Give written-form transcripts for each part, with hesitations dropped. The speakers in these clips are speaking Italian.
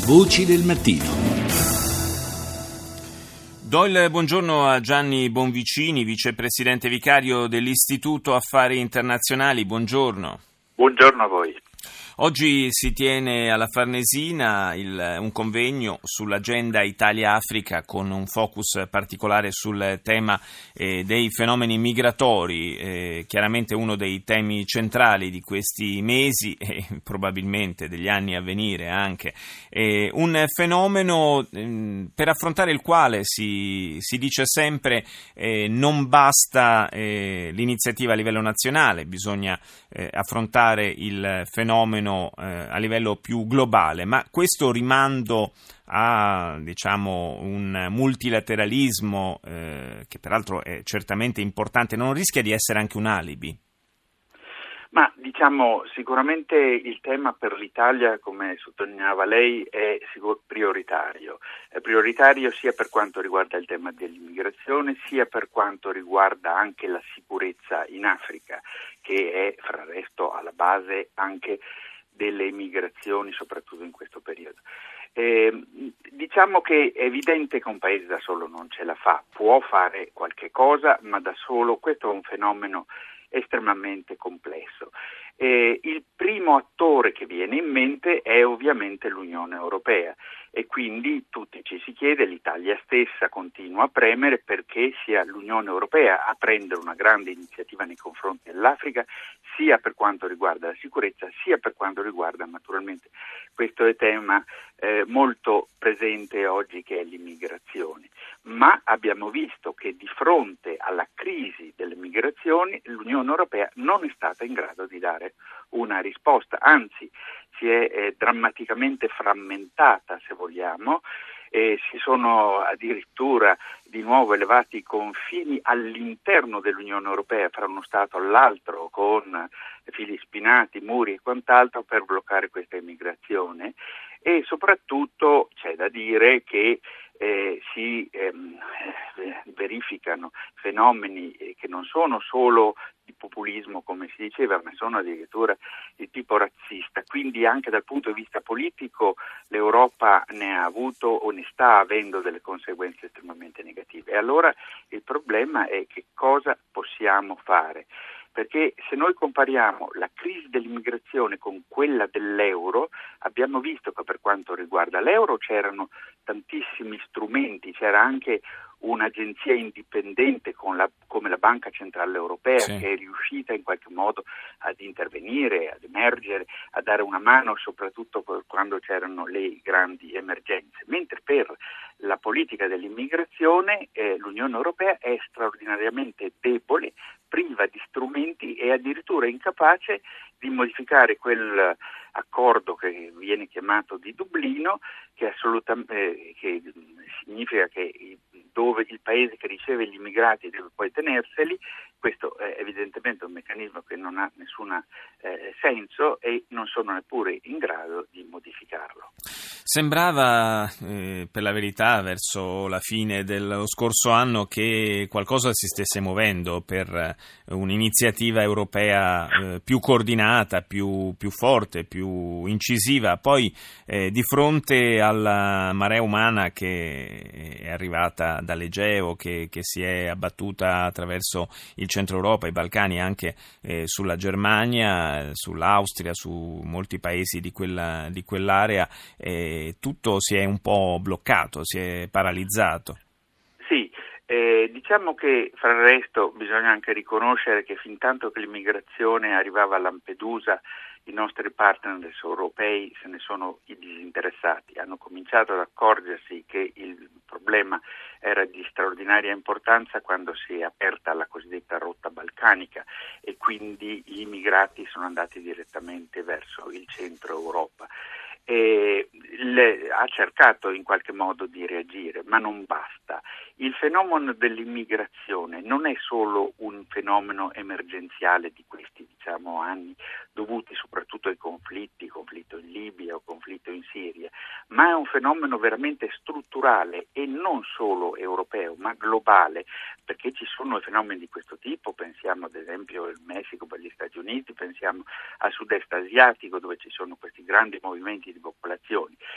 Voci del mattino. Do il buongiorno a Gianni Bonvicini, vicepresidente vicario dell'Istituto Affari Internazionali. Buongiorno. Buongiorno a voi. Oggi si tiene alla Farnesina un convegno sull'agenda Italia-Africa con un focus particolare sul tema dei fenomeni migratori, chiaramente uno dei temi centrali di questi mesi e probabilmente degli anni a venire anche. Un fenomeno per affrontare il quale si dice sempre non basta l'iniziativa a livello nazionale, bisogna affrontare il fenomeno a livello più globale, ma questo rimando a un multilateralismo che peraltro è certamente importante, non rischia di essere anche un alibi? Ma sicuramente il tema per l'Italia, come sottolineava lei, è prioritario. È prioritario sia per quanto riguarda il tema dell'immigrazione, sia per quanto riguarda anche la sicurezza in Africa, che è fra il resto alla base anche delle migrazioni, soprattutto in questo periodo. Diciamo che è evidente che un paese da solo non ce la fa, può fare qualche cosa, ma da solo questo è un fenomeno estremamente complesso. Il primo attore che viene in mente è ovviamente l'Unione Europea e quindi tutti ci si chiede, l'Italia stessa continua a premere perché sia l'Unione Europea a prendere una grande iniziativa nei confronti dell'Africa, sia per quanto riguarda la sicurezza, sia per quanto riguarda naturalmente questo è tema molto presente oggi che è l'immigrazione. Ma abbiamo visto che di fronte alla crisi delle migrazioni l'Unione Europea non è stata in grado di dare una risposta, anzi si è drammaticamente frammentata, se vogliamo, si sono addirittura di nuovo elevati i confini all'interno dell'Unione Europea fra uno Stato all'altro con fili spinati, muri e quant'altro per bloccare questa immigrazione e soprattutto c'è da dire che si verificano fenomeni che non sono solo di populismo come si diceva, ma sono addirittura di tipo razzista, quindi anche dal punto di vista politico l'Europa ne ha avuto o ne sta avendo delle conseguenze estremamente negative. E allora il problema è che cosa possiamo fare? Perché se noi compariamo la crisi dell'immigrazione con quella dell'euro, abbiamo visto che per quanto riguarda l'euro c'erano tantissimi strumenti, c'era anche un'agenzia indipendente come la Banca Centrale Europea sì, che è riuscita in qualche modo ad intervenire, ad emergere, a dare una mano soprattutto quando c'erano le grandi emergenze, mentre per la politica dell'immigrazione l'Unione Europea è straordinariamente debole, priva di strumenti e addirittura incapace di modificare quel accordo che viene chiamato di Dublino, che significa che dove il paese che riceve gli immigrati deve poi tenerseli. Questo è evidentemente un meccanismo che non ha nessun senso e non sono neppure in grado di modificarlo. Sembrava, per la verità, verso la fine dello scorso anno che qualcosa si stesse muovendo per un'iniziativa europea più coordinata, più forte, più incisiva. Poi, di fronte alla marea umana che è arrivata dall'Egeo, che si è abbattuta attraverso il centro Europa, i Balcani, anche sulla Germania, sull'Austria, su molti paesi di quell'area, tutto si è un po' bloccato, si è paralizzato. Sì, diciamo che fra il resto bisogna anche riconoscere che fintanto che l'immigrazione arrivava a Lampedusa i nostri partner europei se ne sono disinteressati, hanno cominciato ad accorgersi che il problema era di straordinaria importanza quando si è aperta la cosiddetta rotta balcanica e quindi gli immigrati sono andati direttamente verso il centro Europa. Ha cercato in qualche modo di reagire, ma non basta. Il fenomeno dell'immigrazione non è solo un fenomeno emergenziale di questi anni dovuti soprattutto ai conflitto in Libia o conflitto in Siria, ma è un fenomeno veramente strutturale e non solo europeo, ma globale, perché ci sono fenomeni di questo tipo, pensiamo ad esempio al Messico per gli Stati Uniti, pensiamo al sud-est asiatico dove ci sono questi grandi movimenti di popolazioni. Quindi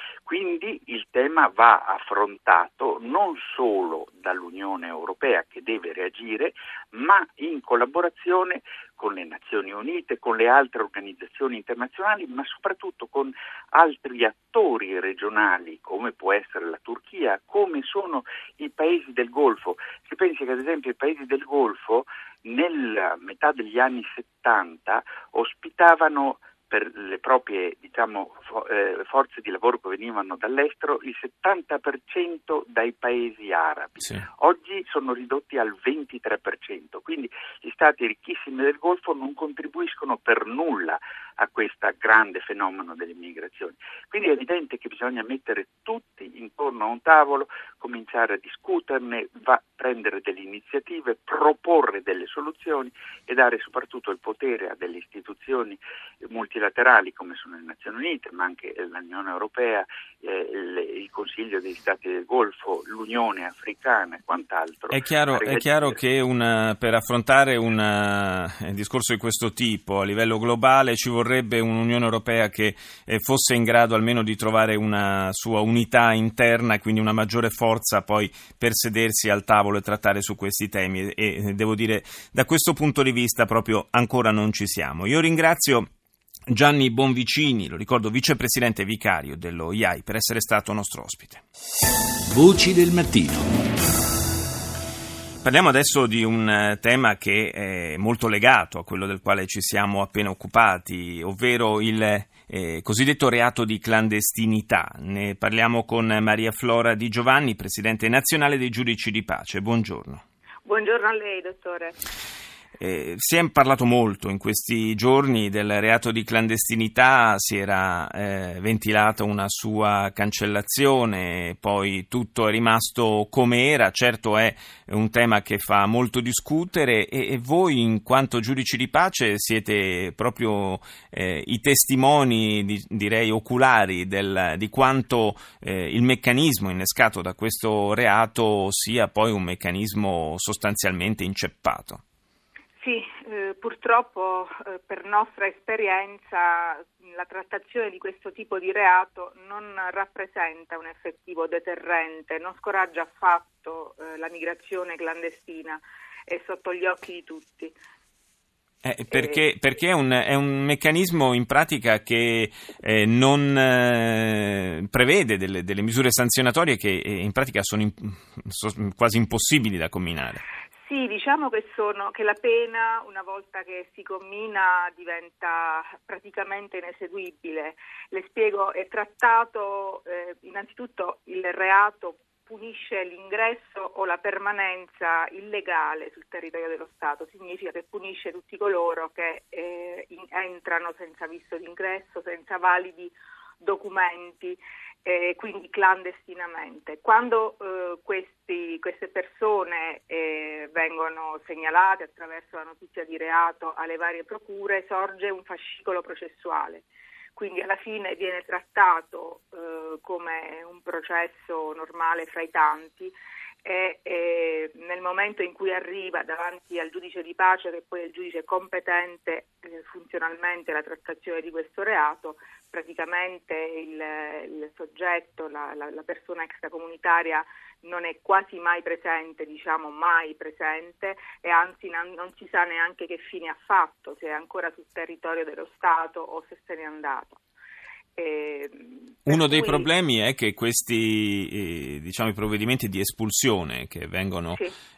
Quindi il tema va affrontato non solo dall'Unione Europea, che deve reagire, ma in collaborazione con le Nazioni Unite, con le altre organizzazioni internazionali, ma soprattutto con altri attori regionali, come può essere la Turchia, come sono i paesi del Golfo. Si pensi che ad esempio i paesi del Golfo nella metà degli anni 70 ospitavano per le proprie forze di lavoro che venivano dall'estero il 70% dai paesi arabi. Sì. Oggi sono ridotti al 23%, quindi gli stati ricchissimi del Golfo non contribuiscono per nulla a questo grande fenomeno delle migrazioni. Quindi è evidente che bisogna mettere tutti intorno a un tavolo, cominciare a discuterne, prendere delle iniziative, proporre delle soluzioni e dare soprattutto il potere a delle istituzioni multilaterali come sono le Nazioni Unite, ma anche l'Unione Europea, il Consiglio degli Stati del Golfo, l'Unione Africana e quant'altro. È chiaro che per affrontare un discorso di questo tipo a livello globale ci vorrebbe un'Unione Europea che fosse in grado almeno di trovare una sua unità interna e quindi una maggiore forza poi per sedersi al tavolo e trattare su questi temi, e devo dire da questo punto di vista proprio ancora non ci siamo. Io ringrazio Gianni Bonvicini, lo ricordo vicepresidente vicario dello IAI, per essere stato nostro ospite. Voci del mattino. Parliamo adesso di un tema che è molto legato a quello del quale ci siamo appena occupati, ovvero il cosiddetto reato di clandestinità. Ne parliamo con Maria Flora Di Giovanni, presidente nazionale dei giudici di pace. Buongiorno. Buongiorno a lei, dottore. Si è parlato molto in questi giorni del reato di clandestinità, si era ventilata una sua cancellazione, poi tutto è rimasto come era. Certo è un tema che fa molto discutere e voi in quanto giudici di pace siete proprio i testimoni, direi oculari, di quanto il meccanismo innescato da questo reato sia poi un meccanismo sostanzialmente inceppato. Sì, purtroppo per nostra esperienza la trattazione di questo tipo di reato non rappresenta un effettivo deterrente, non scoraggia affatto la migrazione clandestina, è sotto gli occhi di tutti. Perché è un meccanismo in pratica che non prevede delle misure sanzionatorie che in pratica sono quasi impossibili da comminare. Sì, diciamo che la pena, una volta che si commina, diventa praticamente ineseguibile. Le spiego, è trattato, innanzitutto il reato punisce l'ingresso o la permanenza illegale sul territorio dello Stato, significa che punisce tutti coloro che entrano senza visto d'ingresso, senza validi documenti, quindi clandestinamente. Quando queste persone vengono segnalate attraverso la notizia di reato alle varie procure, sorge un fascicolo processuale. Quindi alla fine viene trattato come un processo normale fra i tanti e nel momento in cui arriva davanti al giudice di pace, che poi è il giudice competente funzionalmente alla trattazione di questo reato, praticamente il soggetto, la persona extracomunitaria non è quasi mai presente, diciamo mai presente, e anzi non si sa neanche che fine ha fatto, se è ancora sul territorio dello Stato o se se n'è andato. Uno dei problemi è che questi i provvedimenti di espulsione che vengono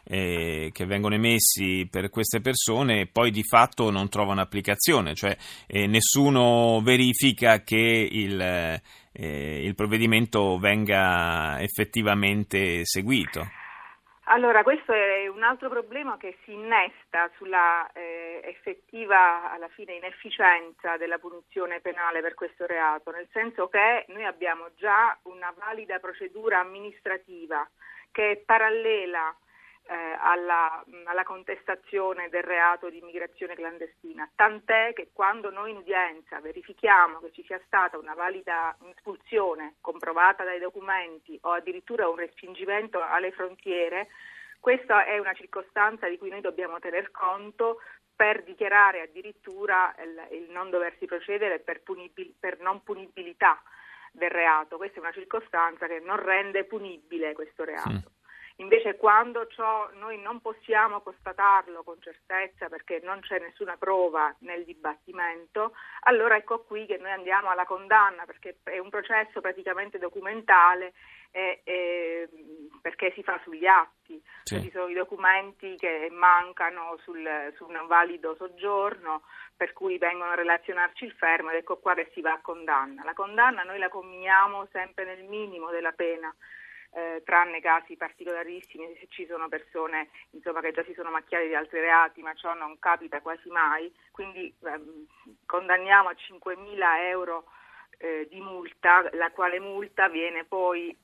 emessi per queste persone poi di fatto non trovano applicazione, cioè nessuno verifica che il provvedimento venga effettivamente seguito. Allora, questo è un altro problema che si innesta sulla effettiva, alla fine, inefficienza della punizione penale per questo reato, nel senso che noi abbiamo già una valida procedura amministrativa che è parallela alla contestazione del reato di immigrazione clandestina, tant'è che quando noi in udienza verifichiamo che ci sia stata una valida espulsione comprovata dai documenti o addirittura un respingimento alle frontiere, questa è una circostanza di cui noi dobbiamo tener conto per dichiarare addirittura il non doversi procedere per non punibilità del reato. Questa è una circostanza che non rende punibile questo reato. Invece quando ciò noi non possiamo constatarlo con certezza perché non c'è nessuna prova nel dibattimento, allora ecco qui che noi andiamo alla condanna, perché è un processo praticamente documentale perché si fa sugli atti, sì. Ci sono i documenti che mancano su un valido soggiorno, per cui vengono a relazionarci il fermo ed ecco qua che si va a condanna. La condanna noi la comminiamo sempre nel minimo della pena. Tranne casi particolarissimi, se ci sono persone che già si sono macchiate di altri reati, ma ciò non capita quasi mai, quindi condanniamo a 5.000 euro di multa, la quale multa viene poi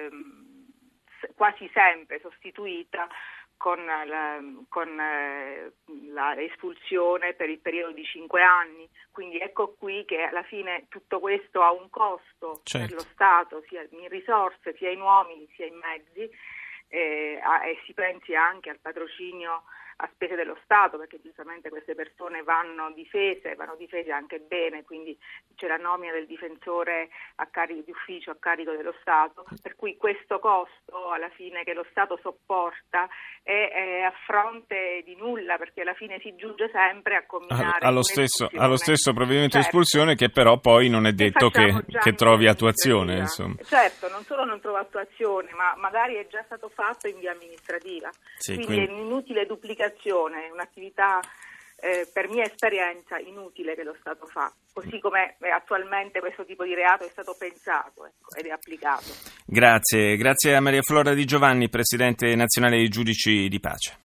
quasi sempre sostituita con la espulsione per il periodo di 5 anni. Quindi ecco qui che alla fine tutto questo ha un costo per lo Stato, sia in risorse, sia in uomini, sia in mezzi, e si pensi anche al patrocinio a spese dello Stato, perché giustamente queste persone vanno difese anche bene, quindi c'è la nomina del difensore a carico di ufficio a carico dello Stato, per cui questo costo alla fine che lo Stato sopporta è a fronte di nulla, perché alla fine si giunge sempre a comminare allo stesso provvedimento di espulsione, che però poi non è detto che trovi attuazione, insomma. Certo, non solo non trova attuazione, ma magari è già stato fatto in via amministrativa, quindi è un'inutile duplicazione, è un'attività per mia esperienza inutile che lo Stato fa, così come attualmente questo tipo di reato è stato pensato ed è applicato. Grazie a Maria Flora Di Giovanni, Presidente nazionale dei Giudici di Pace.